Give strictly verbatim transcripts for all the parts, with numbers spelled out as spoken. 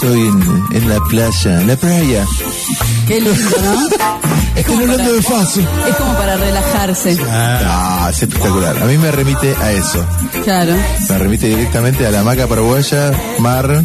estoy en, en la playa, en la playa. Qué lindo, ¿no? Estoy hablando de Faso. Es como para relajarse. Ah, es espectacular. A mí me remite a eso. Claro. Me remite directamente a la hamaca paraguaya, mar,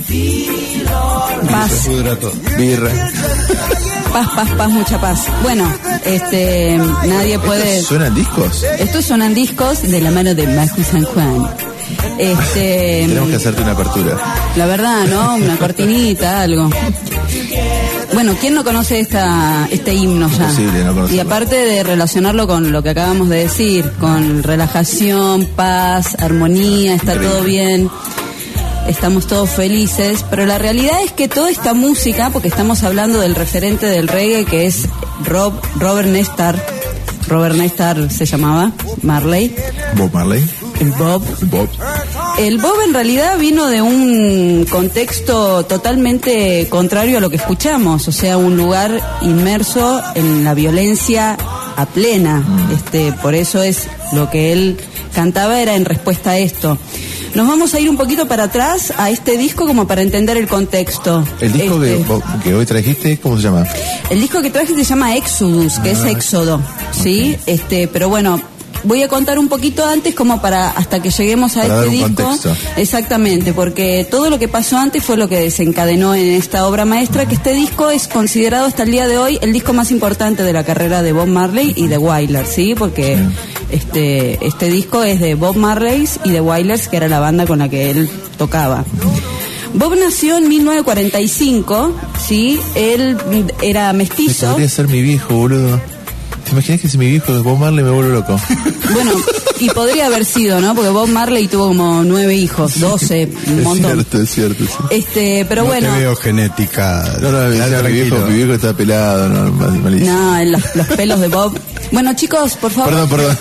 paz, birra. Paz, paz, paz, mucha paz. Bueno, este, nadie puede... ¿Estos suenan discos? Estos suenan discos de la mano de Maju San Juan. Este, Tenemos que hacerte una apertura. La verdad, ¿no? Una cortinita, algo. Bueno, ¿quién no conoce esta este himno ya? Imposible no conocerlo. Y aparte de relacionarlo con lo que acabamos de decir, con relajación, paz, armonía, está Increíble. todo bien, estamos todos felices, pero la realidad es que toda esta música, porque estamos hablando del referente del reggae que es Rob, Robert Nesta, Robert Nesta se llamaba, Marley. Bob Marley. El Bob. Bob. El Bob en realidad vino de un contexto totalmente contrario a lo que escuchamos, o sea, un lugar inmerso en la violencia a plena. Mm. Este, por eso es lo que él cantaba era en respuesta a esto. Nos vamos a ir un poquito para atrás a este disco como para entender el contexto. El disco este, que, que hoy trajiste, ¿cómo se llama? El disco que traje se llama Exodus, que ah, es Éxodo, ¿sí? Okay. Este, pero bueno, voy a contar un poquito antes como para hasta que lleguemos a para este dar un disco. Contexto. Exactamente, porque todo lo que pasó antes fue lo que desencadenó en esta obra maestra, que este disco es considerado hasta el día de hoy el disco más importante de la carrera de Bob Marley y de Wailers, ¿sí? Porque sí. este este disco es de Bob Marley y de Wailers, que era la banda con la que él tocaba. Bob nació en mil novecientos cuarenta y cinco, ¿sí? Él era mestizo. Podría ser mi viejo, boludo. ¿Te imaginas que si mi viejo es Bob Marley me vuelvo loco? Bueno, y podría haber sido, ¿no? Porque Bob Marley tuvo como nueve hijos, doce, un montón. Es cierto, es cierto, sí. Este, pero no bueno. No te veo genética. No, no, no, mi, viejo, mi viejo está pelado, no, malísimo. No, los, los pelos de Bob. Bueno, chicos, por favor. Perdón, perdón.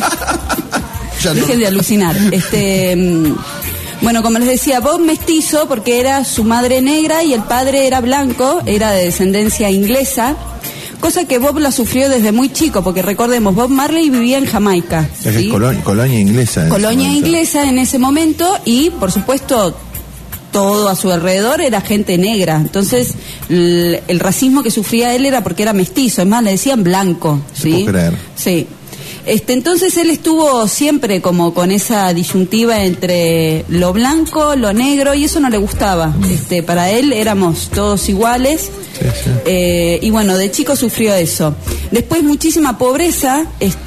Ya no. Dejen de alucinar. Este... Bueno, como les decía, Bob mestizo porque era su madre negra y el padre era blanco, era de descendencia inglesa, cosa que Bob la sufrió desde muy chico, porque recordemos, Bob Marley vivía en Jamaica. ¿Sí? Colonia, colonia inglesa. Colonia inglesa en ese momento y, por supuesto, todo a su alrededor era gente negra. Entonces, el, el racismo que sufría él era porque era mestizo, es más, le decían blanco. ¿Sí? ¿Se puede creer? Sí. Este, entonces él estuvo siempre como con esa disyuntiva entre lo blanco, lo negro, y eso no le gustaba. Este, para él éramos todos iguales. Sí, sí. Eh, y bueno, de chico sufrió eso. Después muchísima pobreza,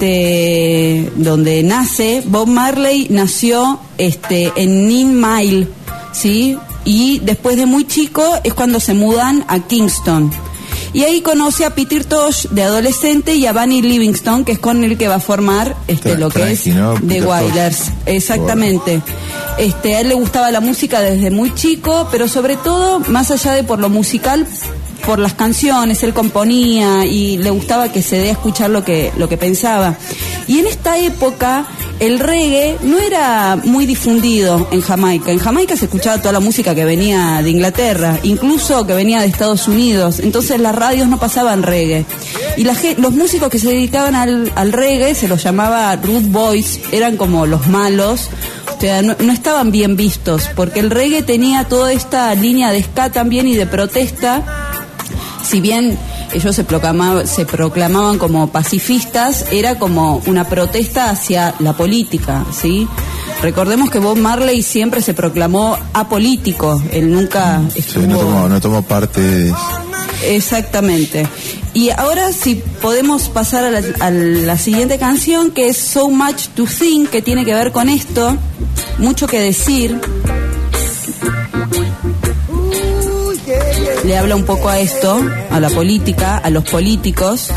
este, donde nace. Bob Marley nació este, en Nine Mile, ¿sí? Y después de muy chico es cuando se mudan a Kingston. Y ahí conoce a Peter Tosh de adolescente y a Bunny Livingston, que es con el que va a formar este, lo que es ¿no? The Wailers. Exactamente. Este, a él le gustaba la música desde muy chico, pero sobre todo, más allá de por lo musical, por las canciones, él componía y le gustaba que se dé a escuchar lo que, lo que pensaba. Y en esta época el reggae no era muy difundido en Jamaica. En Jamaica se escuchaba toda la música que venía de Inglaterra, incluso que venía de Estados Unidos. Entonces las radios no pasaban reggae. Y la, los músicos que se dedicaban al, al reggae se los llamaba rude boys, eran como los malos. O sea, no, no estaban bien vistos, porque el reggae tenía toda esta línea de ska también y de protesta. Si bien ellos se proclamaban, se proclamaban como pacifistas, era como una protesta hacia la política, ¿sí? Recordemos que Bob Marley siempre se proclamó apolítico, él nunca estuvo... Sí, no tomó, no tomó parte de... Exactamente. Y ahora si podemos pasar a la, a la siguiente canción, que es So Much to Think, que tiene que ver con esto, mucho que decir. Le habla un poco a esto, a la política, a los políticos.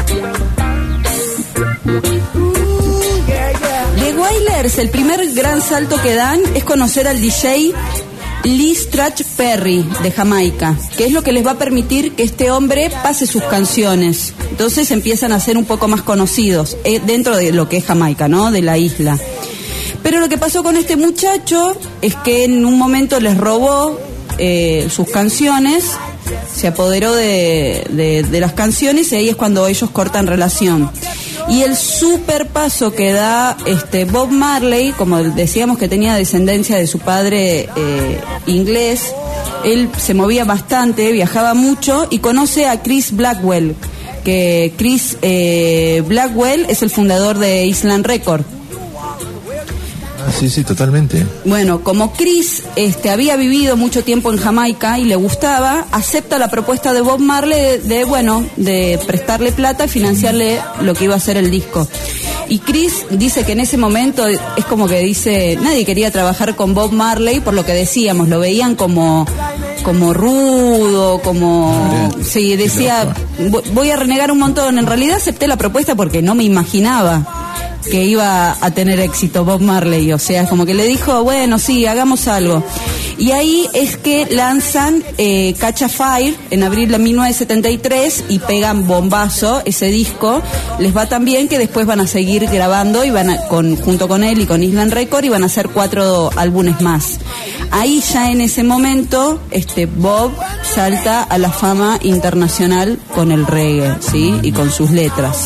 The Wailers, el primer gran salto que dan es conocer al D J Lee Scratch Perry de Jamaica, que es lo que les va a permitir que este hombre pase sus canciones. Entonces empiezan a ser un poco más conocidos eh, dentro de lo que es Jamaica, ¿no? De la isla. Pero lo que pasó con este muchacho es que en un momento les robó eh, sus canciones, se apoderó de, de, de las canciones y ahí es cuando ellos cortan relación. Y el super paso que da este Bob Marley, como decíamos que tenía descendencia de su padre eh, inglés, él se movía bastante, viajaba mucho y conoce a Chris Blackwell, que Chris eh, Blackwell es el fundador de Island Records. Ah, sí, sí, totalmente. Bueno, como Chris este, había vivido mucho tiempo en Jamaica y le gustaba, acepta la propuesta de Bob Marley de, de, bueno, de prestarle plata y financiarle lo que iba a ser el disco. Y Chris dice que en ese momento es como que dice, nadie quería trabajar con Bob Marley por lo que decíamos, lo veían como, como rudo, como... Sí, decía, voy a renegar un montón. En realidad acepté la propuesta porque no me imaginaba que iba a tener éxito Bob Marley, o sea, es como que le dijo, bueno, sí, hagamos algo. Y ahí es que lanzan eh, Catch a Fire en abril de mil novecientos setenta y tres y pegan bombazo ese disco. Les va tan bien que después van a seguir grabando y van a, con, junto con él y con Island Records, y van a hacer cuatro álbumes más. Ahí ya en ese momento este Bob salta a la fama internacional con el reggae, ¿sí? Y con sus letras.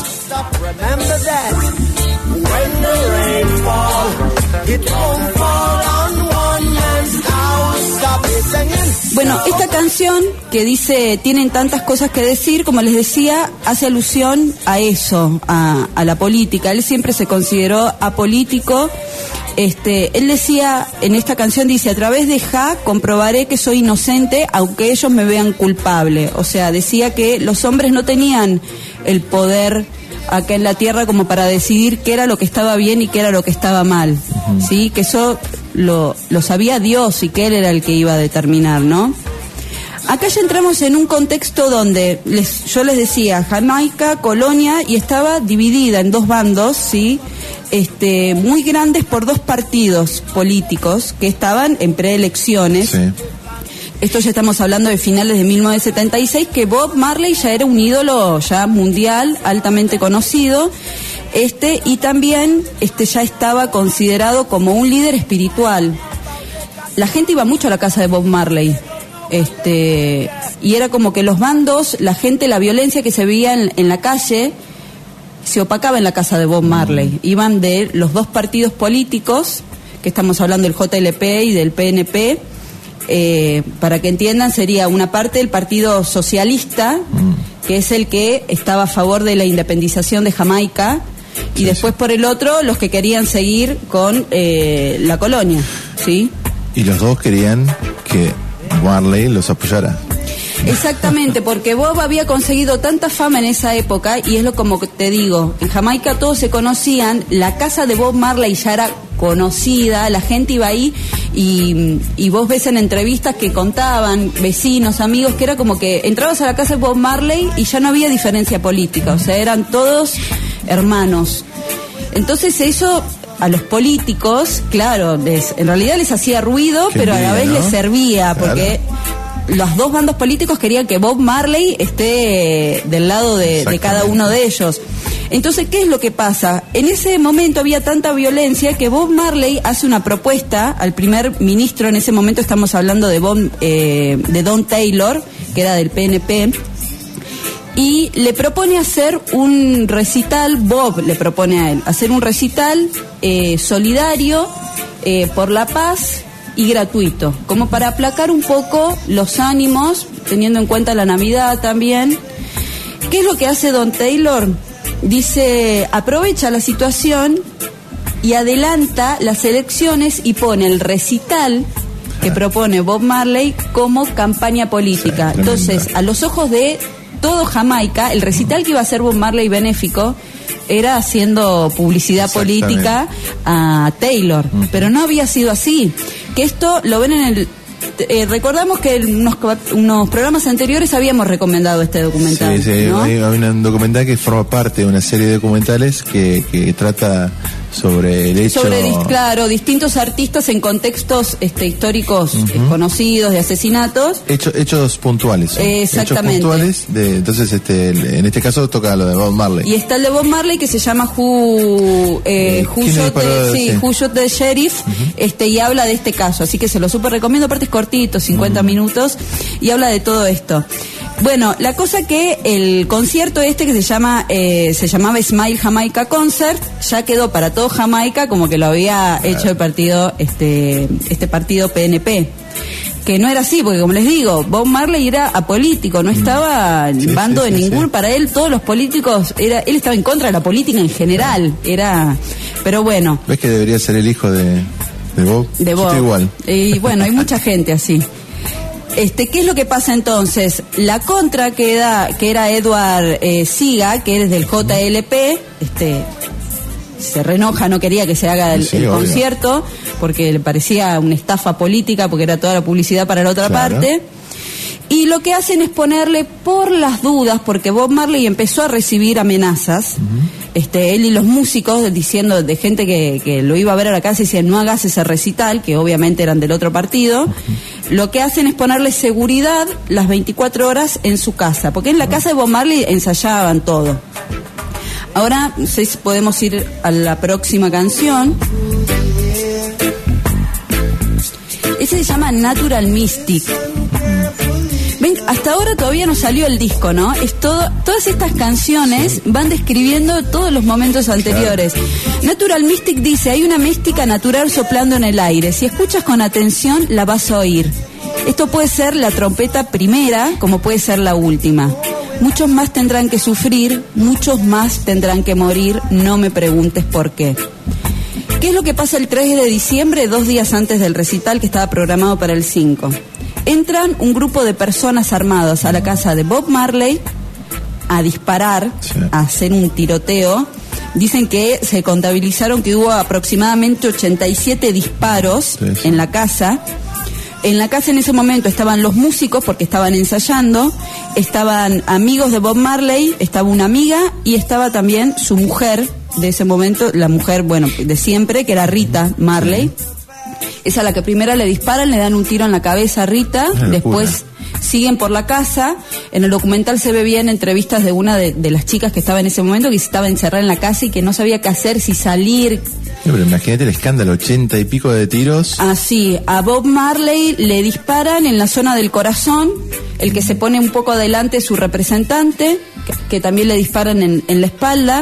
Bueno, esta canción que dice tienen tantas cosas que decir, como les decía, hace alusión a eso, a, a la política. Él siempre se consideró apolítico. Este, él decía, en esta canción dice, a través de Ja comprobaré que soy inocente aunque ellos me vean culpable. O sea, decía que los hombres no tenían el poder acá en la tierra como para decidir qué era lo que estaba bien y qué era lo que estaba mal, uh-huh. ¿Sí? Que eso lo, lo sabía Dios y que Él era el que iba a determinar, ¿no? Acá ya entramos en un contexto donde les, yo les decía, Jamaica, colonia, y estaba dividida en dos bandos, ¿sí? Este, muy grandes por dos partidos políticos que estaban en preelecciones. Sí. Esto ya estamos hablando de finales de mil novecientos setenta y seis, que Bob Marley ya era un ídolo ya mundial, altamente conocido, este, y también este, ya estaba considerado como un líder espiritual. La gente iba mucho a la casa de Bob Marley, este, y era como que los bandos, la gente, la violencia que se veía en, en la calle, se opacaba en la casa de Bob Marley. Iban de los dos partidos políticos, que estamos hablando del J L P y del P N P, Eh, para que entiendan, sería una parte del Partido Socialista, mm. que es el que estaba a favor de la independización de Jamaica, y sí, después sí. por el otro, los que querían seguir con eh, la colonia, ¿sí? Y los dos querían que Marley los apoyara. Exactamente, porque Bob había conseguido tanta fama en esa época, y es lo como te digo, en Jamaica todos se conocían, la casa de Bob Marley ya era conocida, la gente iba ahí y, y vos ves en entrevistas que contaban vecinos, amigos, que era como que entrabas a la casa de Bob Marley y ya no había diferencia política, o sea, eran todos hermanos. Entonces eso a los políticos, claro, les, en realidad les hacía ruido, Qué pero a la vez, ¿no?, les servía, claro, porque los dos bandos políticos querían que Bob Marley esté del lado de, de cada uno de ellos. Entonces, ¿qué es lo que pasa? En ese momento había tanta violencia que Bob Marley hace una propuesta al primer ministro, en ese momento estamos hablando de, Bob, eh, de Don Taylor, que era del P N P, y le propone hacer un recital, Bob le propone a él, hacer un recital eh, solidario eh, por la paz y gratuito, como para aplacar un poco los ánimos, teniendo en cuenta la Navidad también. ¿Qué es lo que hace Don Taylor? Dice, aprovecha la situación y adelanta las elecciones y pone el recital que propone Bob Marley como campaña política. Sí, entonces, a los ojos de todo Jamaica, el recital que iba a hacer Bob Marley benéfico era haciendo publicidad política a Taylor, uh-huh. pero no había sido así. Que esto lo ven en el... Eh, recordamos que en unos, unos programas anteriores habíamos recomendado este documental. Sí, sí, ¿no? hay, hay un documental que forma parte de una serie de documentales que, que trata sobre el hecho... Sobre, claro, distintos artistas en contextos este, históricos uh-huh. eh, conocidos, de asesinatos. Hecho, hechos puntuales. Eh, exactamente. Hechos puntuales, de, entonces este, en este caso toca lo de Bob Marley. Y está el de Bob Marley que se llama Who, eh, Who Shot the, sí, sí. Who Shot the Sheriff, uh-huh. este, y habla de este caso, así que se lo súper recomiendo, aparte es cortito, cincuenta uh-huh. minutos, y habla de todo esto. Bueno, la cosa que el concierto este que se llama eh, se llamaba Smile Jamaica Concert ya quedó para todo Jamaica como que lo había hecho el partido este este partido P N P. que no era así, porque como les digo, Bob Marley era apolítico, no estaba en sí, bando sí, de sí, ningún, sí. para él todos los políticos, era él estaba en contra de la política en general, era, pero bueno. ¿Ves que debería ser el hijo de, de Bob? De Bob. Estoy igual. Y bueno, hay mucha gente así. Este, ¿qué es lo que pasa entonces? La contra que, da, que era Edward eh, Siga, que es del J L P, este, se reenoja, no quería que se haga el, sí, el obvio. concierto, porque le parecía una estafa política, porque era toda la publicidad para la otra Claro. parte. Y lo que hacen es ponerle por las dudas, porque Bob Marley empezó a recibir amenazas, uh-huh. este, él y los músicos, diciendo de gente que, que lo iba a ver a la casa y decían no hagas ese recital, que obviamente eran del otro partido. Uh-huh. Lo que hacen es ponerle seguridad las veinticuatro horas en su casa, porque en la casa de Bob Marley ensayaban todo. Ahora, no sé si podemos ir a la próxima canción. Ese se llama Natural Mystic. Ven, hasta ahora todavía no salió el disco, ¿no? Es todo, todas estas canciones van describiendo todos los momentos anteriores. Claro. Natural Mystic dice, hay una mística natural soplando en el aire. Si escuchas con atención, la vas a oír. Esto puede ser la trompeta primera, como puede ser la última. Muchos más tendrán que sufrir, muchos más tendrán que morir, no me preguntes por qué. ¿Qué es lo que pasa el tres de diciembre, dos días antes del recital que estaba programado para el cinco? Entran un grupo de personas armadas a la casa de Bob Marley a disparar, sí. a hacer un tiroteo. Dicen que se contabilizaron que hubo aproximadamente ochenta y siete disparos sí, sí. en la casa. En la casa en ese momento estaban los músicos porque estaban ensayando, estaban amigos de Bob Marley, estaba una amiga y estaba también su mujer de ese momento, la mujer, bueno, de siempre, que era Rita Marley. Sí. Es a la que primero le disparan, le dan un tiro en la cabeza a Rita, después siguen por la casa. En el documental se ve bien entrevistas de una de, de las chicas que estaba en ese momento, que estaba encerrada en la casa y que no sabía qué hacer, si salir. Sí, pero imagínate el escándalo, ochenta y pico de tiros. Así, a Bob Marley le disparan en la zona del corazón, el que se pone un poco adelante es su representante, que, que también le disparan en, en la espalda.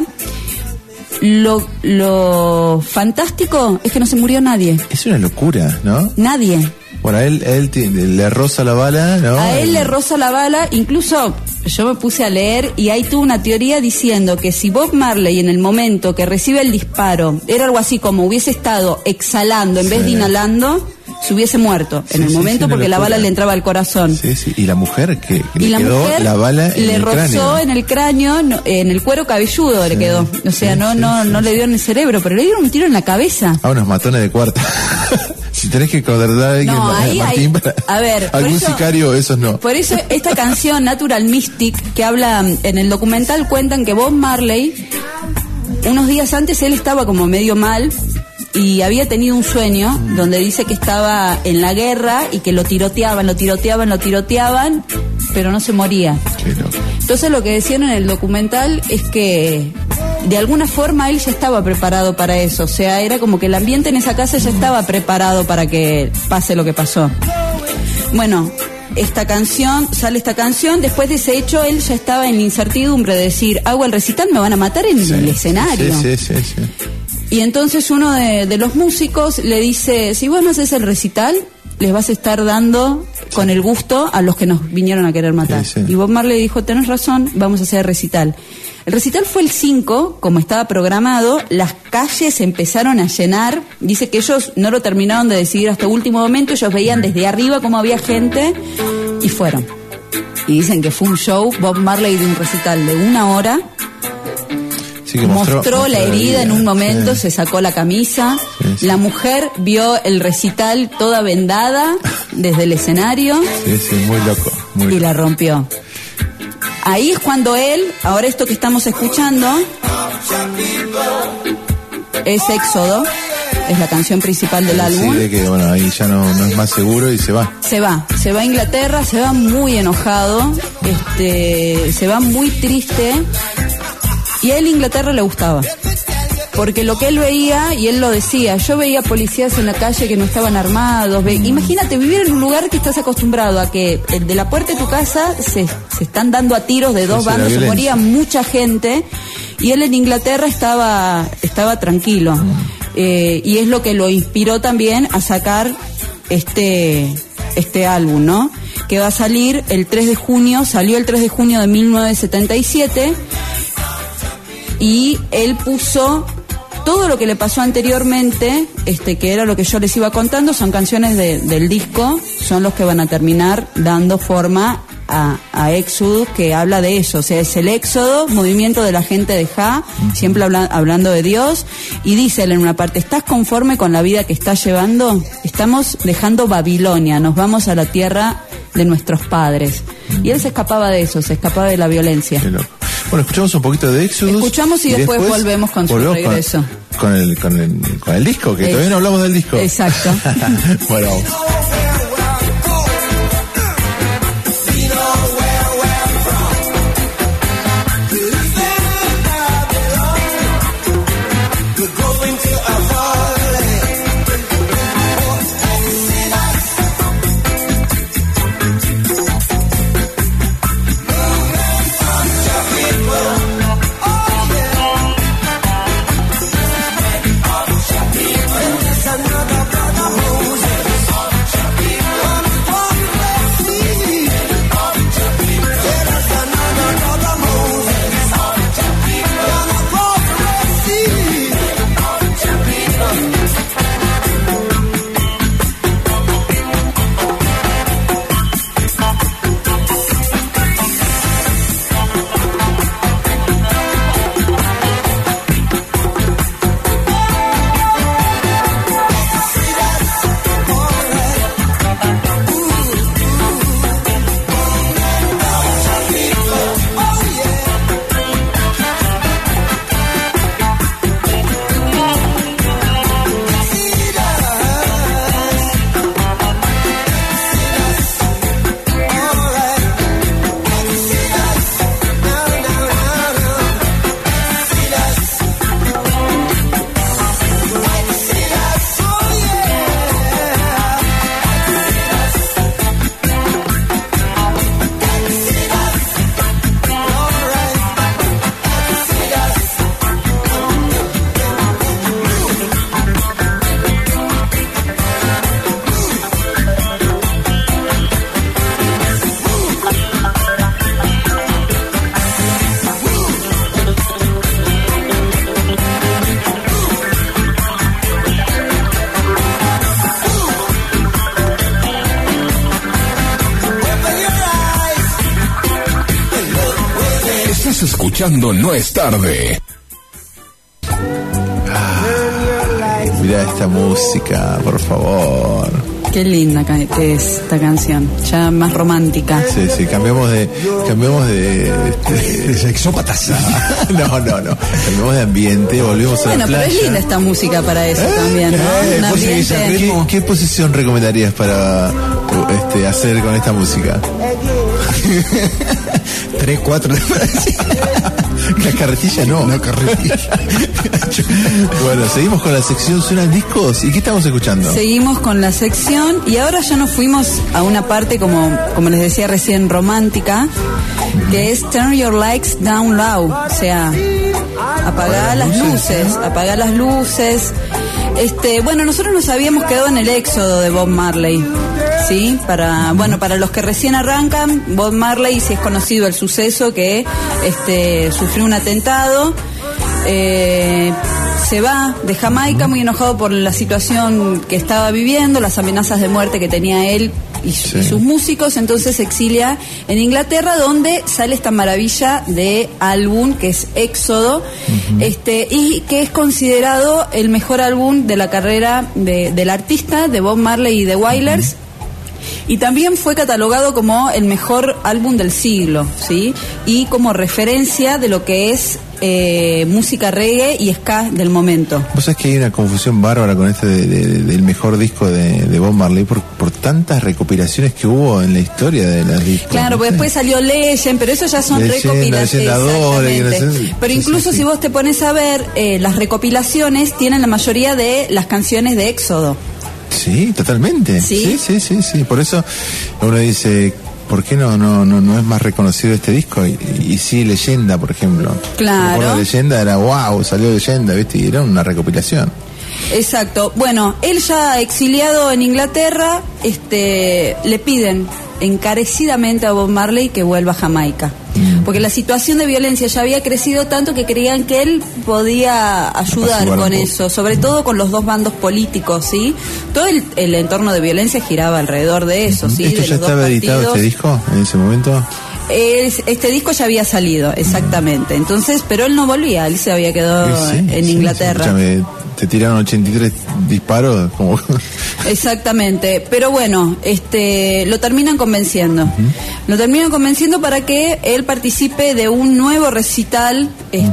Lo, lo fantástico es que no se murió nadie. Es una locura, ¿no? Nadie. Bueno, a él, a él t- le roza la bala, ¿no? A él el... le roza la bala, incluso yo me puse a leer y hay tuvo una teoría diciendo que si Bob Marley en el momento que recibe el disparo era algo así como hubiese estado exhalando en sí. vez de inhalando, se hubiese muerto en sí, el momento sí, porque la bala le entraba al corazón. Sí, sí. Y la mujer que, que y le la quedó mujer la bala en le el rozó cráneo. en el cráneo, no, en el cuero cabelludo sí, le quedó. O sea, sí, no, sí, no, sí, no sí. le dio en el cerebro, pero le dieron un tiro en la cabeza. A unos matones de cuarta. Si tenés que contratar a alguien, no, ahí, Martín, ahí, para a ver, algún eso, sicario, esos no. Por eso esta canción Natural Mystic, que habla en el documental, cuentan que Bob Marley, unos días antes él estaba como medio mal y había tenido un sueño donde dice que estaba en la guerra y que lo tiroteaban, lo tiroteaban, lo tiroteaban, pero no se moría. Qué loco. Entonces lo que decían en el documental es que de alguna forma él ya estaba preparado para eso, o sea, era como que el ambiente en esa casa ya estaba preparado para que pase lo que pasó. Bueno, esta canción, sale esta canción, después de ese hecho él ya estaba en la incertidumbre de decir, hago el recital, me van a matar en sí, el escenario. Sí, sí, sí, sí. Y entonces uno de, de los músicos le dice, si vos no haces el recital, les vas a estar dando con el gusto a los que nos vinieron a querer matar. Sí, sí. Y Bob Marley dijo, tenés razón, vamos a hacer el recital. El recital fue el cinco, como estaba programado, las calles empezaron a llenar, dice que ellos no lo terminaron de decidir hasta último momento, ellos veían desde arriba cómo había gente y fueron. Y dicen que fue un show, Bob Marley de un recital de una hora, sí, que mostró, mostró, mostró la herida en un momento, sí. se sacó la camisa, sí, sí. la mujer vio el recital toda vendada desde el escenario sí, sí, muy loco, muy y loco. la rompió. Ahí es cuando él, ahora esto que estamos escuchando, es Éxodo, es la canción principal del álbum. Decide que bueno, ahí ya no, no es más seguro y se va. Se va, se va a Inglaterra, se va muy enojado, este, se va muy triste, y a él Inglaterra le gustaba. Porque lo que él veía, y él lo decía, yo veía policías en la calle que no estaban armados. Ve, mm. Imagínate vivir en un lugar que estás acostumbrado a que de la puerta de tu casa se, se están dando a tiros de dos bandos, se moría mucha gente, y él en Inglaterra estaba, estaba tranquilo. Mm. Eh, y es lo que lo inspiró también a sacar este, este álbum, ¿no? Que va a salir el tres de junio, salió el tres de junio de mil novecientos setenta y siete, y él puso todo lo que le pasó anteriormente, este, que era lo que yo les iba contando, son canciones de, del disco, son los que van a terminar dando forma a, a Exodus, que habla de eso, o sea, es el éxodo, movimiento de la gente de Ja, siempre habla, hablando de Dios, y dice él en una parte: ¿estás conforme con la vida que estás llevando? Estamos dejando Babilonia, nos vamos a la tierra de nuestros padres. Y él se escapaba de eso, se escapaba de la violencia. Bueno, escuchamos un poquito de Exodus. Escuchamos y, y después, después volvemos con su regreso. Con, con, el, con, el, con el disco, que es, todavía no hablamos del disco. Exacto. Bueno, vamos. Escuchando No es Tarde. Ah, mirá esta música, por favor. Qué linda que es esta canción, ya más romántica. Sí, sí, cambiamos de... Cambiamos de... de, de sexópatas. No, no, no. Cambiamos de ambiente, volvemos a bueno, la playa. Bueno, pero es linda esta música para eso ¿Eh? también, ¿no? ¿Eh? Un ambiente... ¿Qué, ¿Qué posición recomendarías para este, hacer con esta música? Tres, cuatro. La carretilla no. No, carretilla. Bueno, seguimos con la sección Suenan Discos. ¿Y qué estamos escuchando? Seguimos con la sección y ahora ya nos fuimos a una parte, como, como les decía recién, romántica, que es Turn Your Lights Down Low. O sea, apagar las luces, apagar las luces. Este, bueno, nosotros nos habíamos quedado en el éxodo de Bob Marley. Sí, para bueno para los que recién arrancan, Bob Marley, si es conocido el suceso que este sufrió un atentado, eh, se va de Jamaica muy enojado por la situación que estaba viviendo, las amenazas de muerte que tenía él y, sí. y sus músicos, entonces se exilia en Inglaterra, donde sale esta maravilla de álbum que es Éxodo, uh-huh. este y que es considerado el mejor álbum de la carrera de, del artista, de Bob Marley y The Wailers. Uh-huh. Y también fue catalogado como el mejor álbum del siglo, ¿sí? Y como referencia de lo que es eh, música reggae y ska del momento. Vos sabés que hay una confusión bárbara con este de, de, del mejor disco de, de Bob Marley por, por tantas recopilaciones que hubo en la historia de las discos. Claro, porque después salió Legend, pero eso ya son recopilaciones. Exactamente. Pero incluso sí, sí, sí. si vos te pones a ver, eh, las recopilaciones tienen la mayoría de las canciones de Éxodo. Sí, totalmente. ¿Sí? sí, sí, sí, sí. Por eso uno dice, ¿por qué no no no no es más reconocido este disco? Y, y sí, Leyenda, por ejemplo. Claro. La Leyenda era wow, salió Leyenda, ¿viste? Y era una recopilación. Exacto. Bueno, él ya exiliado en Inglaterra, este, le piden encarecidamente a Bob Marley que vuelva a Jamaica. Porque la situación de violencia ya había crecido tanto que creían que él podía ayudar con eso, sobre todo con los dos bandos políticos, ¿sí? Todo el, el entorno de violencia giraba alrededor de eso, ¿sí? ¿Esto de ya los estaba dos editado partidos. este disco en ese momento? Es, este disco ya había salido, exactamente. Entonces, pero él no volvía, él se había quedado Sí, en sí, Inglaterra. Escúchame, te tiraron ochenta y tres disparos, como... Exactamente, pero bueno, este, lo terminan convenciendo. Uh-huh. Lo terminan convenciendo para que él participe de un nuevo recital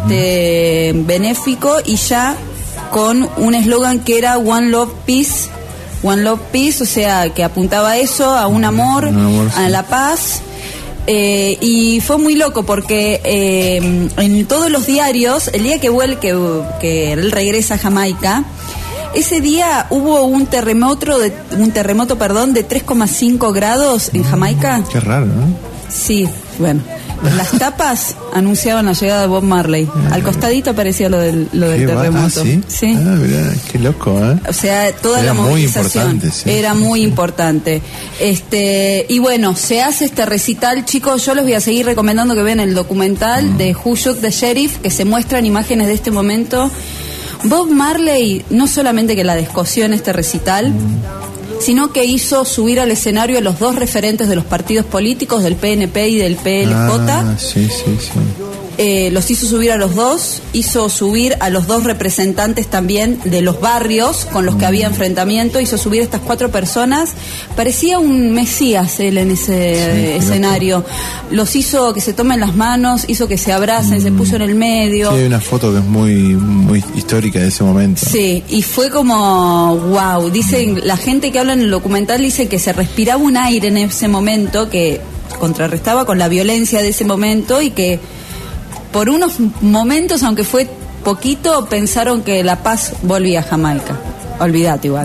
este, uh-huh. benéfico, y ya con un eslogan que era One Love Peace. One Love Peace, o sea, que apuntaba a eso, a un amor, un amor sí. a la paz. Eh, y fue muy loco porque eh, en todos los diarios, el día que vuelve, que, que él regresa a Jamaica, ese día hubo un terremoto de un terremoto, perdón, de tres coma cinco grados en Jamaica. Qué raro, ¿no? Sí, bueno. Las tapas anunciaban la llegada de Bob Marley. Al costadito aparecía lo del, lo del terremoto. Ah, ¿sí? Sí. Ah, mirá, qué loco, ¿eh? O sea, toda era la movilización muy importante, sí, era sí, muy sí. importante. Este, y bueno, se hace este recital, chicos, yo les voy a seguir recomendando que vean el documental mm. de Who Shot the Sheriff, que se muestran imágenes de este momento. Bob Marley no solamente que la descosió en este recital, mm. sino que hizo subir al escenario a los dos referentes de los partidos políticos, del P N P y del P L J. Ah, sí, sí, sí. Eh, los hizo subir a los dos, hizo subir a los dos representantes también de los barrios con los que había enfrentamiento, hizo subir a estas cuatro personas. Parecía un mesías él en ese sí, escenario. Los hizo que se tomen las manos, hizo que se abracen, mm. se puso en el medio. Sí, hay una foto que es muy, muy histórica de ese momento. Sí, y fue como wow. Dicen, mm. la gente que habla en el documental dice que se respiraba un aire en ese momento que contrarrestaba con la violencia de ese momento, y que por unos momentos, aunque fue poquito, pensaron que la paz volvía a Jamaica. Olvídate igual.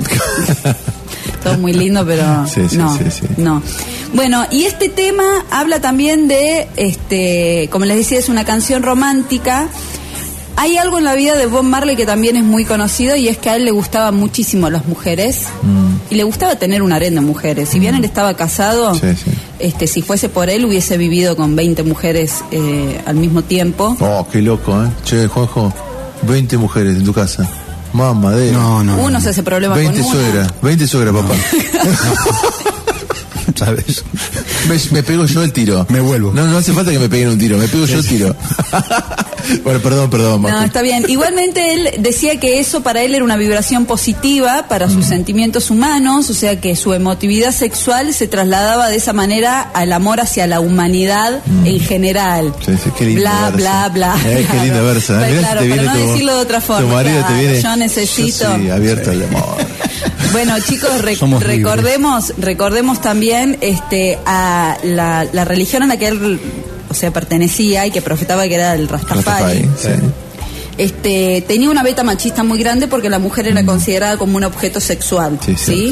Todo muy lindo, pero sí, sí, no, sí, sí. no. Bueno, y este tema habla también de, este, como les decía, es una canción romántica. Hay algo en la vida de Bob Marley que también es muy conocido, y es que a él le gustaban muchísimo las mujeres mm. y le gustaba tener un harén de mujeres. Si bien él estaba casado, sí, sí. Este, si fuese por él hubiese vivido con veinte mujeres eh, al mismo tiempo. Oh, qué loco, ¿eh? Che, Juanjo, veinte mujeres en tu casa. Mamá de... No, no. Uno no. se hace problema veinte con una. suegras, veinte suegras, papá. ¿Sabes? Me, me pego yo el tiro. Me vuelvo. No, no hace falta que me peguen un tiro, me pego yo el tiro. Bueno, perdón, perdón, Marco. No, está bien. Igualmente él decía que eso para él era una vibración positiva para sus mm. sentimientos humanos, o sea que su emotividad sexual se trasladaba de esa manera al amor hacia la humanidad mm. en general. Sí, sí, qué lindo bla, verso. bla, bla, bla. Eh, qué linda versa. Claro, Mirá, claro, te para viene no tu, decirlo de otra forma. Tu marido Claro, te viene. yo necesito. Yo sí, abierto al amor. Bueno, chicos, rec- recordemos, recordemos también este a la, la religión a la que él, o sea, pertenecía y que profetaba, que era el Rastafari. Rastafari, sí. Este, tenía una beta machista muy grande porque la mujer era mm. considerada como un objeto sexual, ¿sí? ¿sí?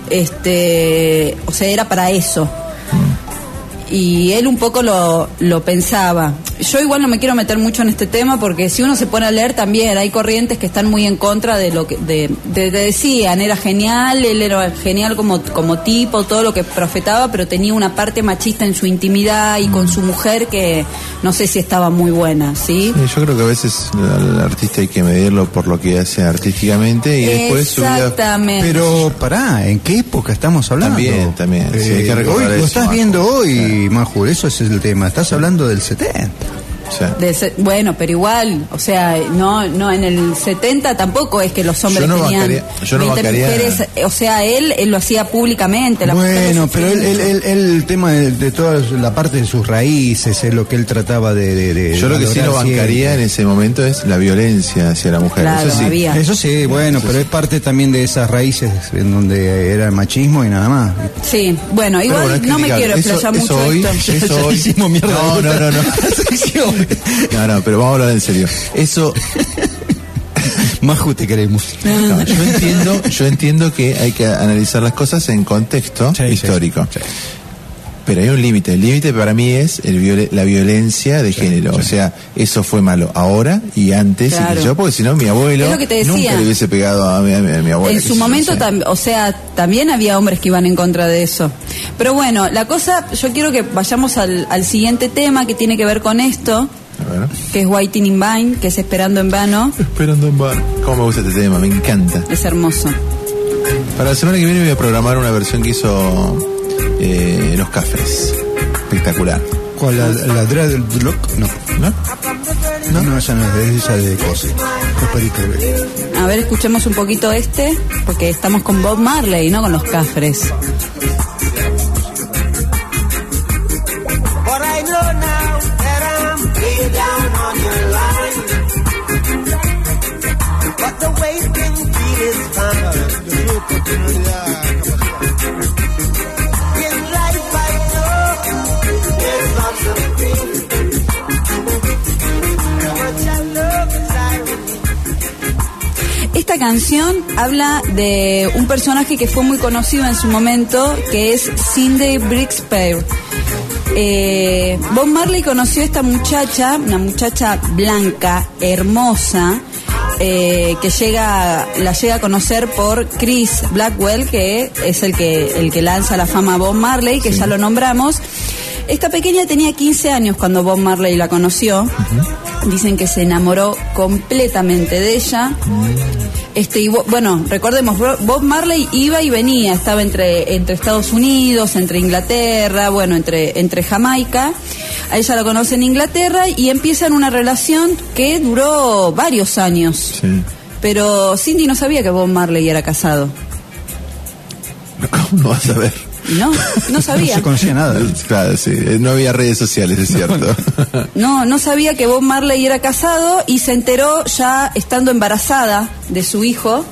Este, o sea, era para eso. Mm. Y él un poco lo, lo pensaba. Yo igual no me quiero meter mucho en este tema porque si uno se pone a leer también hay corrientes que están muy en contra de lo que de, de, de decían, era genial, él era genial como, como tipo, todo lo que profetaba, pero tenía una parte machista en su intimidad y mm. con su mujer que no sé si estaba muy buena, ¿sí? Sí, yo creo que a veces al artista hay que medirlo por lo que hace artísticamente y después su vida... Exactamente. Pero pará, ¿en qué época estamos hablando? También, también. Eh, sí, hay que recordar hoy eso, lo estás Majo. viendo hoy, Maju, eso es el tema. Estás sí. hablando del setenta. Sí. De ese, bueno, pero igual, o sea, no, no en el setenta tampoco es que los hombres yo no tenían bancaría, yo no veinte bancaría... mujeres, o sea, él, él lo hacía públicamente. La bueno, pero él, él, él, él, el tema de, de toda la parte de sus raíces es lo que él trataba de... de, de yo lo que sí no bancaría siempre. En ese momento es la violencia hacia la mujer. Claro, eso sí. había. Eso sí, bueno, eso pero sí. es parte también de esas raíces en donde era el machismo y nada más. Sí, bueno, igual bueno, no me quiero explayar mucho eso hoy, esto. Eso hoy, hicimos mierda. No, no, no, no. No, no, pero vamos a hablar en serio. Eso... Maju, te queremos. No, yo entiendo, yo entiendo que hay que analizar las cosas en contexto sí, histórico. Sí, sí. Pero hay un límite. El límite para mí es el viol- la violencia de género. Sí. O sea, eso fue malo ahora y antes. Claro. Y yo, porque si no, mi abuelo nunca le hubiese pegado a mi, a mi, a mi abuela. En su momento, tam- o sea, también había hombres que iban en contra de eso. Pero bueno, la cosa, yo quiero que vayamos al, al siguiente tema que tiene que ver con esto. A ver. Que es Waiting in Vain, que es Esperando en Vano. Esperando en Vano. ¿Cómo me gusta este tema? Me encanta. Es hermoso. Para la semana que viene voy a programar una versión que hizo eh, Los Cafres. Espectacular. ¿Cuál? ¿La, la Dreadlock? No. ¿No? No, no, esa no es de esa de Cose. A ver, escuchemos un poquito este, porque estamos con Bob Marley, no con Los Cafres. Esta canción habla de un personaje que fue muy conocido en su momento, que es Cindy Brixper. Eh, Bob Marley conoció a esta muchacha, una muchacha blanca, hermosa, eh, que llega, la llega a conocer por Chris Blackwell, que es el que, el que lanza la fama a Bob Marley, que sí. Ya lo nombramos. Esta pequeña tenía quince años cuando Bob Marley la conoció. Uh-huh. Dicen que se enamoró completamente de ella. Uh-huh. Este, y bueno, recordemos, Bob Marley iba y venía, estaba entre, entre Estados Unidos, entre Inglaterra, bueno, entre, entre Jamaica. A ella la conoce en Inglaterra y empiezan una relación que duró varios años. Sí. Pero Cindy no sabía que Bob Marley era casado. ¿Cómo no vas a ver? No, no sabía. No se conocía nada. Claro, sí, no había redes sociales, es cierto. No, no sabía que Bob Marley era casado y se enteró ya estando embarazada de su hijo.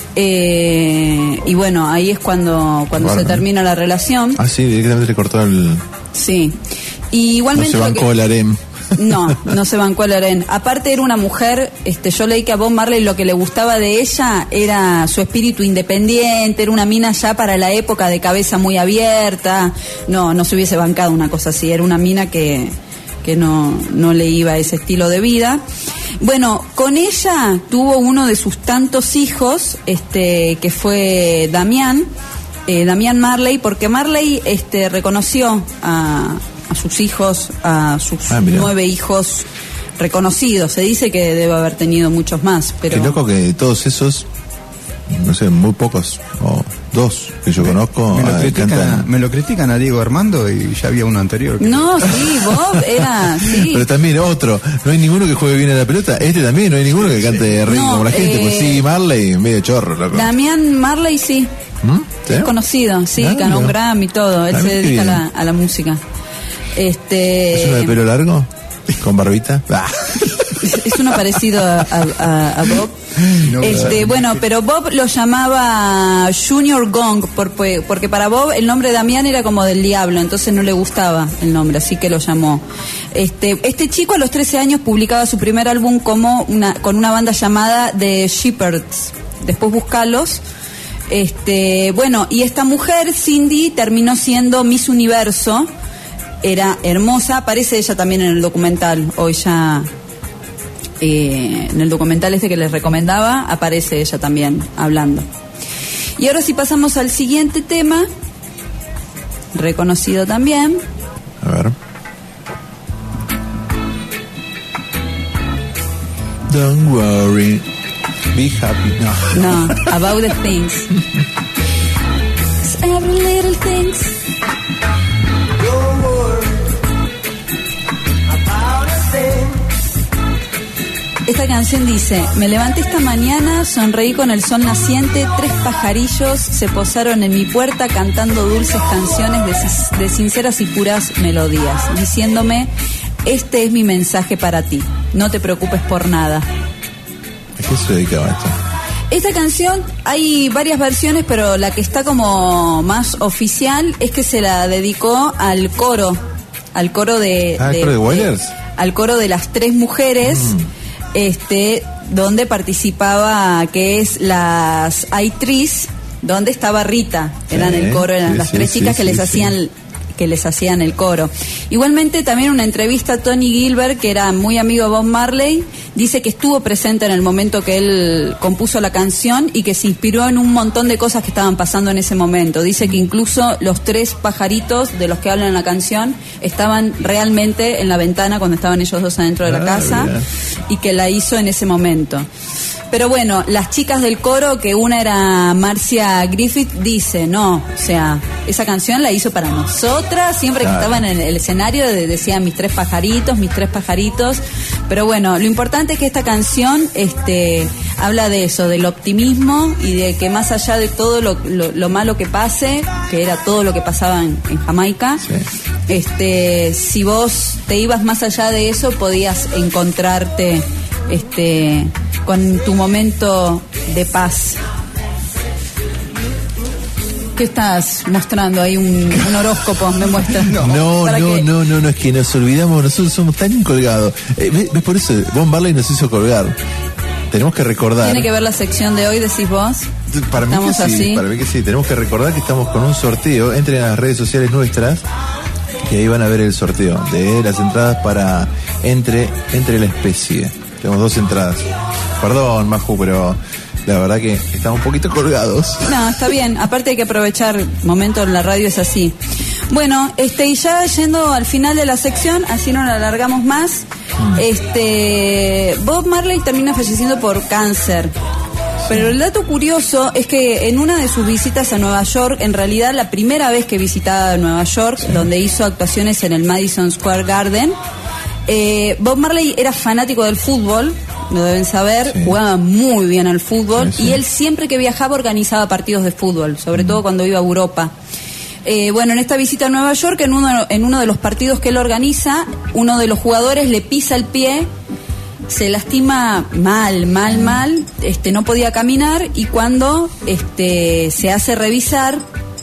Eh, y bueno, ahí es cuando, cuando se termina la relación. Ah, sí, directamente le cortó el... Sí. Y igualmente... No se bancó el harem. No, no se bancó el harén. Aparte era una mujer, este, yo leí que a Bob Marley lo que le gustaba de ella era su espíritu independiente, era una mina ya para la época de cabeza muy abierta. No, no se hubiese bancado una cosa así, era una mina que, que no, no le iba a ese estilo de vida. Bueno, con ella tuvo uno de sus tantos hijos, este, que fue Damián, eh, Damián Marley, porque Marley, este, reconoció a a sus hijos, a sus ah, nueve hijos reconocidos. Se dice que debe haber tenido muchos más, pero... Qué loco que de todos esos, no sé, muy pocos, o dos que yo me, conozco... Me lo, critican, me lo critican a Diego Armando y ya había uno anterior. Que... No, sí, Bob era... Sí. Pero también otro, no hay ninguno que juegue bien a la pelota, este también, no hay ninguno que cante sí. ritmo no, como la gente, eh, pues sí, Marley, medio chorro, loco. Damián Marley sí, ¿Mm? ¿Sí? Es conocido, sí, ah, ganó un Grammy y todo, él se dedica a la, a la música. Este... ¿Es uno de pelo largo? ¿Con barbita? Ah. Es, es uno parecido a, a, a Bob. No, este, no, bueno, pero Bob lo llamaba Junior Gong porque, porque para Bob el nombre de Damián era como del diablo, entonces no le gustaba el nombre, así que lo llamó. Este, este chico a los trece años publicaba su primer álbum como una, con una banda llamada The Shepherds. Después buscalos. Este, bueno, y esta mujer, Cindy, terminó siendo Miss Universo. Era hermosa, aparece ella también en el documental, hoy ya eh, en el documental este que les recomendaba, aparece ella también hablando. Y ahora sí pasamos al siguiente tema, reconocido también. A ver. Don't worry, be happy. No, no About the Things. Every little things. Esta canción dice: me levanté esta mañana, sonreí con el sol naciente, tres pajarillos se posaron en mi puerta cantando dulces canciones de, de sinceras y puras melodías, diciéndome: este es mi mensaje para ti, no te preocupes por nada. ¿A qué se dedicaba esto? Esta canción, hay varias versiones, pero la que está como más oficial es que se la dedicó al coro, al coro de... ¿Al de, coro de Wailers? De, al coro de las tres mujeres... Mm. Este, donde participaba, que es las Aitriz, donde estaba Rita, eran sí, el coro, eran sí, las tres sí, chicas sí, que sí, les hacían, sí. que les hacían el coro. Igualmente también una entrevista a Tony Gilbert, que era muy amigo de Bob Marley, dice que estuvo presente en el momento que él compuso la canción y que se inspiró en un montón de cosas que estaban pasando en ese momento. Dice que incluso los tres pajaritos de los que hablan en la canción estaban realmente en la ventana cuando estaban ellos dos adentro de la casa, ah, y que la hizo en ese momento. Pero bueno, las chicas del coro, que una era Marcia Griffith, dice, no, o sea, esa canción la hizo para nosotras, siempre claro. que estaban en el escenario decían mis tres pajaritos, mis tres pajaritos, pero bueno, lo importante es que esta canción este, habla de eso, del optimismo y de que más allá de todo lo, lo, lo malo que pase, que era todo lo que pasaba en, en Jamaica, sí. este, si vos te ibas más allá de eso, podías encontrarte este con tu momento de paz. ¿Qué estás mostrando ahí? Un, un horóscopo, me muestras. No, no, no, que... no, no, no, es que nos olvidamos, nosotros somos tan colgados. Eh, ¿ves? Por eso Bob Marley nos hizo colgar. Tenemos que recordar. ¿Tiene que ver la sección de hoy, decís vos? Para mí que sí, así. para mí que sí. Tenemos que recordar que estamos con un sorteo. Entren a las redes sociales nuestras y ahí van a ver el sorteo de las entradas para Entre, entre la Especie. Tenemos dos entradas. Perdón, Maju, pero la verdad que estamos un poquito colgados. No, está bien. Aparte hay que aprovechar momento en la radio, es así. Bueno, este y ya yendo al final de la sección, así no la alargamos más. Mm. Este Bob Marley termina falleciendo por cáncer. Pero el dato curioso es que en una de sus visitas a Nueva York, en realidad la primera vez que visitaba Nueva York, sí. donde hizo actuaciones en el Madison Square Garden, eh, Bob Marley era fanático del fútbol, lo deben saber, sí. jugaba muy bien al fútbol, sí, sí. y él siempre que viajaba organizaba partidos de fútbol, sobre mm. todo cuando iba a Europa. Eh, bueno, en esta visita a Nueva York, en uno, en uno de los partidos que él organiza, uno de los jugadores le pisa el pie, se lastima mal, mal, mal, este, no podía caminar, y cuando este, se hace revisar,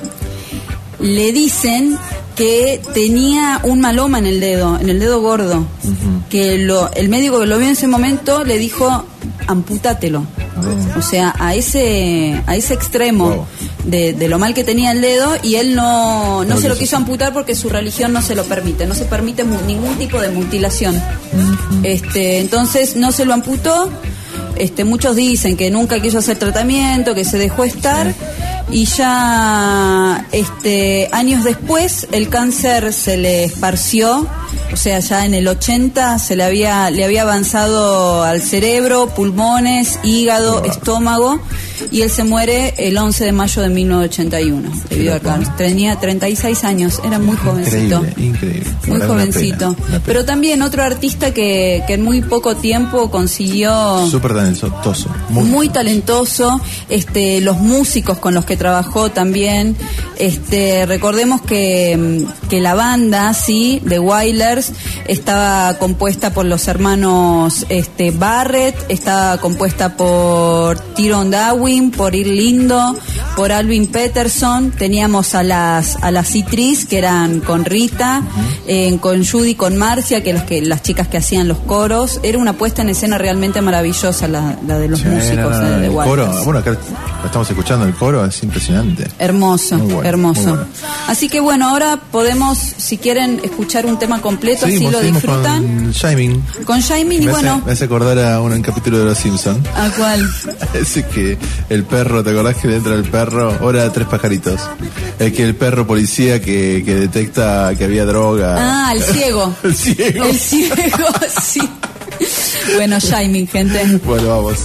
le dicen que tenía un maloma en el dedo, en el dedo gordo, uh-huh. que lo, el médico que lo vio en ese momento le dijo, amputátelo. Uh-huh. O sea, a ese a ese extremo wow. de, de lo mal que tenía el dedo, y él no, no se lo quiso amputar porque su religión no se lo permite, no se permite mu- ningún tipo de mutilación. Uh-huh. Este, entonces no se lo amputó. Este, muchos dicen que nunca quiso hacer tratamiento, que se dejó estar. Sí. Y ya este, años después el cáncer se le esparció, o sea, ya en el ochenta se le había le había avanzado al cerebro, pulmones, hígado, wow. estómago, y él se muere el once de mayo de mil novecientos ochenta y uno debido al cáncer. Tenía treinta y seis años, era muy jovencito. Increíble, increíble. Muy Ahora jovencito. Una pena, una pena. Pero también otro artista que, que en muy poco tiempo consiguió... Súper talentoso. Muy, muy talentoso. Este, los músicos con los que trabajó también. Este, recordemos que, que la banda, sí, de Wailers, estaba compuesta por los hermanos este, Barrett, estaba compuesta por Tyrone Dawin, por Earl Lindo, por Alvin Peterson. Teníamos a las a las Citris, que eran con Rita, uh-huh. eh, con Judy, con Marcia, que las que las chicas que hacían los coros. Era una puesta en escena realmente maravillosa la, la de los sí, músicos no, no, de Wailers. Coro, bueno, acá estamos escuchando el coro, es impresionante. Hermoso, bueno, hermoso. Bueno. Así que bueno, ahora podemos, si quieren, escuchar un tema completo, seguimos, así lo disfrutan. Con Shining. Con Shining y me bueno. Hace, me hace acordar a un capítulo de Los Simpsons. ¿A cuál? Ese que el perro, ¿te acordás que dentro del perro? Ahora tres pajaritos. El que el perro policía que, que detecta que había droga. Ah, el ciego. El ciego. El ciego, sí. Bueno, Shining, gente. Bueno, vamos.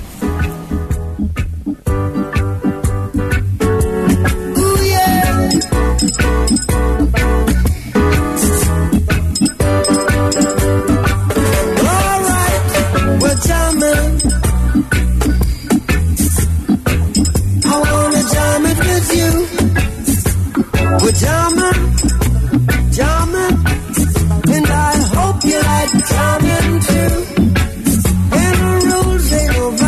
And I hope you like jamming too. And the rules ain't no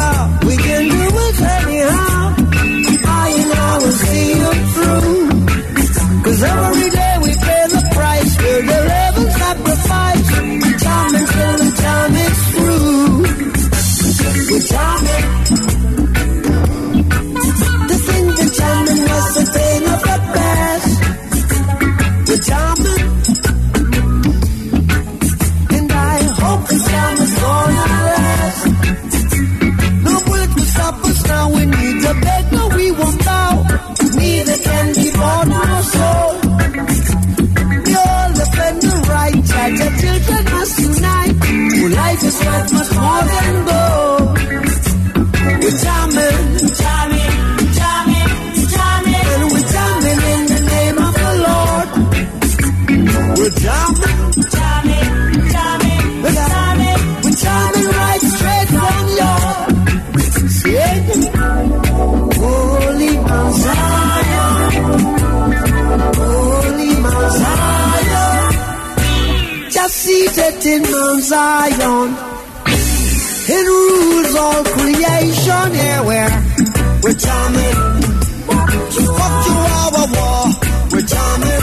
set in Mount Zion. It rules all creation, yeah, we're, we're jamming. Fuck you, war, war, war. We're jamming.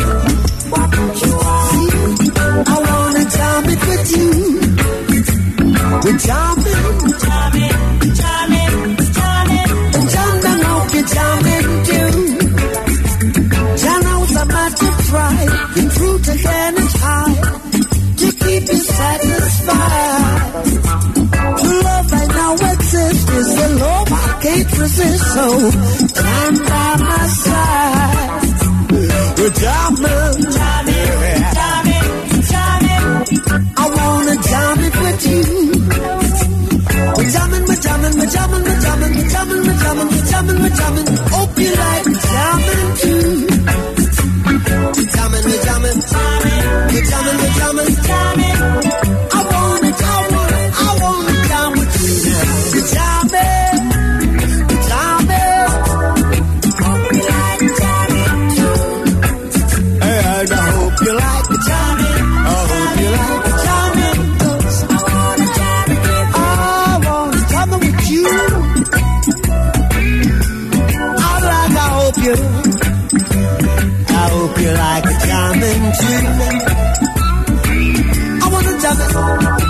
See, I wanna jam it with you. We're jamming, jamming, jamming, jamming. And jam down, hope you're jamming too. Jam out the matter try, and fruit again is high, to keep you satisfied. True love right now exists, is the love I can't resist, so stand by my side. We're jamming, jamming, jamming, jamming. I wanna jam it with you. We're jamming, we're jamming, we're jamming, we're jamming, we're jamming, we're jamming, we're jamming, we're jamming. Hope you like jamming too. We're jamming, we're jamming, we're jamming, we're jamming, jamming. I wanna, I wanna, I wanna jam with you now. We're jamming, we're jamming. Hope you like jamming too. And I hope you like the jamming. I hope you like the jamming. 'Cause I wanna jam it with you. I wanna jam it with you. I'd like, I hope you. I hope you like jamming too. I wanna jam it.